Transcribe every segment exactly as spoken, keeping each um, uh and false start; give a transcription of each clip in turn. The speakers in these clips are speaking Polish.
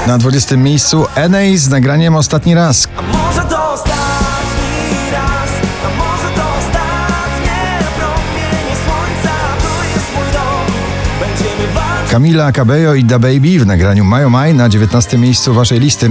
Na dwudziestym miejscu N A z nagraniem Ostatni raz. A może to ostatni raz, a może to ostatnie promienie słońca, tu jest mój dom, będziemy walczyć. Camila Cabello i DaBaby w nagraniu My Oh My na dziewiętnastym miejscu waszej listy.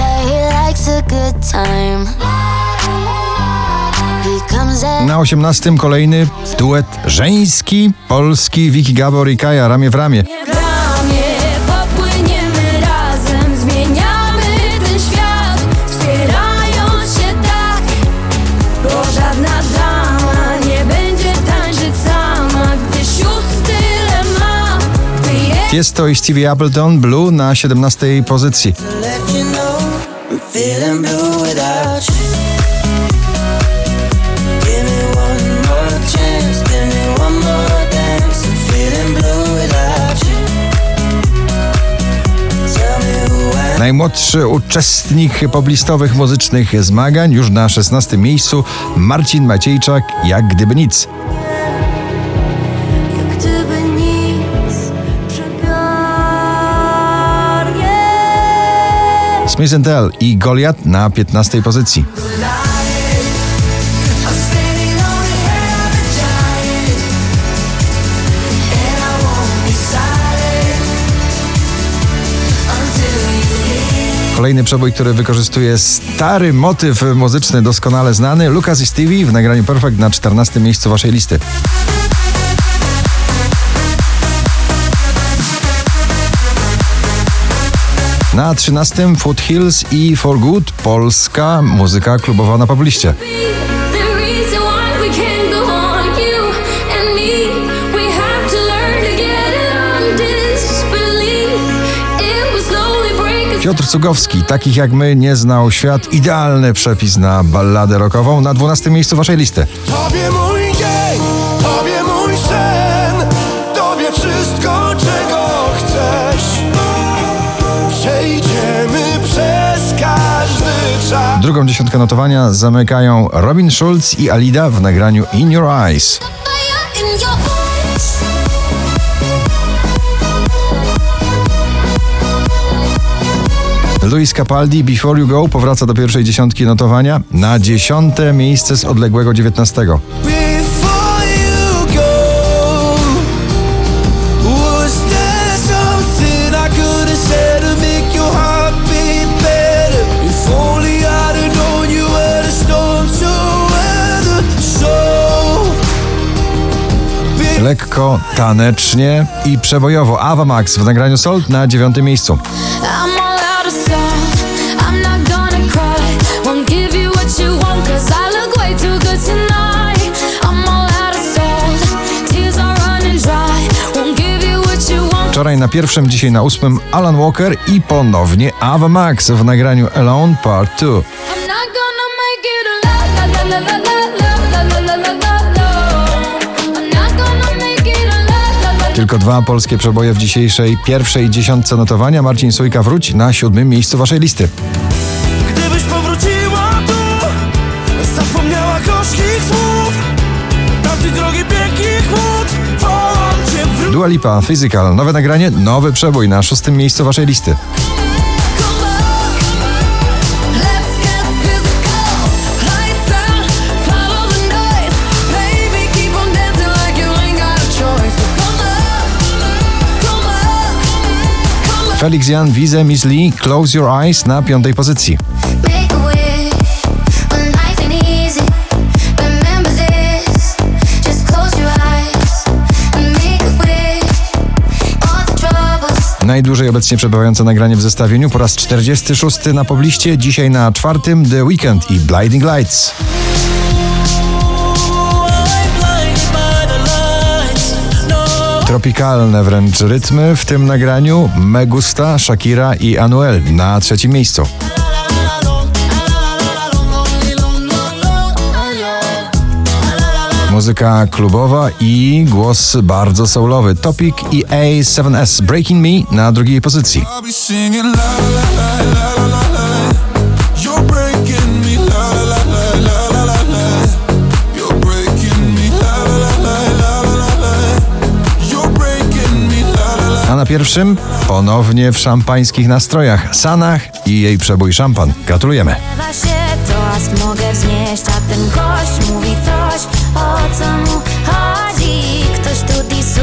Na osiemnastym kolejny duet żeński, polski, Vicky Gabor i Kaja, ramię w ramię. W ramię popłyniemy razem, zmieniamy ten świat, wspierając się tak, bo żadna dama nie będzie tańczyć sama, gdy sióstr tyle ma, gdy jest... Tiesto i Stevie Appleton, Blue na siedemnastej pozycji. Najmłodszy uczestnik poplistowych muzycznych zmagań już na szesnastym miejscu Marcin Maciejczak, Jak gdyby nic. Jak gdyby nic, przegarnie. Smith and Tell i Goliat na piętnastej pozycji. Kolejny przebój, który wykorzystuje stary motyw muzyczny doskonale znany, Lucas i Stevie w nagraniu Perfect na czternastym miejscu waszej listy. Na trzynastym Foothills i For Good, polska muzyka klubowa na pobliście. Piotr Cugowski, Takich jak my nie znał świat, idealny przepis na balladę rockową na dwunastym miejscu waszej listy. Tobie mój dzień, Tobie mój sen, Tobie wszystko, czego chcesz. Przejdziemy przez każdy czas. Drugą dziesiątkę notowania zamykają Robin Schulz i Alida w nagraniu In Your Eyes. Luis Capaldi, Before You Go powraca do pierwszej dziesiątki notowania na dziesiąte miejsce z odległego dziewiętnastego. Lekko, tanecznie i przebojowo Ava Max w nagraniu Salt na dziewiątym miejscu. Wczoraj na pierwszym, dzisiaj na ósmym Alan Walker i ponownie Ava Max w nagraniu Alone Part dwa. Tylko dwa polskie przeboje w dzisiejszej pierwszej dziesiątce notowania. Marcin Sójka, Wróć na siódmym miejscu waszej listy. Gdybyś powróciła tu, zapomniała gorzkich słów, tamtej drogi pięknych chłód, wołam cię wróć. Dua Lipa, Physical, nowe nagranie, nowy przebój na szóstym miejscu waszej listy. Felix Jan, Wize, Miss Lee, Close Your Eyes na piątej pozycji. Najdłużej obecnie przebywające nagranie w zestawieniu, po raz czterdziesty szósty na pobliście, dzisiaj na czwartym The Weeknd i Blinding Lights. Tropikalne wręcz rytmy w tym nagraniu Me Gusta, Shakira i Anuel na trzecim miejscu. Muzyka klubowa i głos bardzo soulowy. Topic i A siedem S Breaking Me na drugiej pozycji. A na pierwszym ponownie w szampańskich nastrojach Sanach i jej przebój Szampan. Gratulujemy. Lewa się, to łask mogę wznieść, a ten gość mówi coś, o co mu chodzi. Ktoś tu dis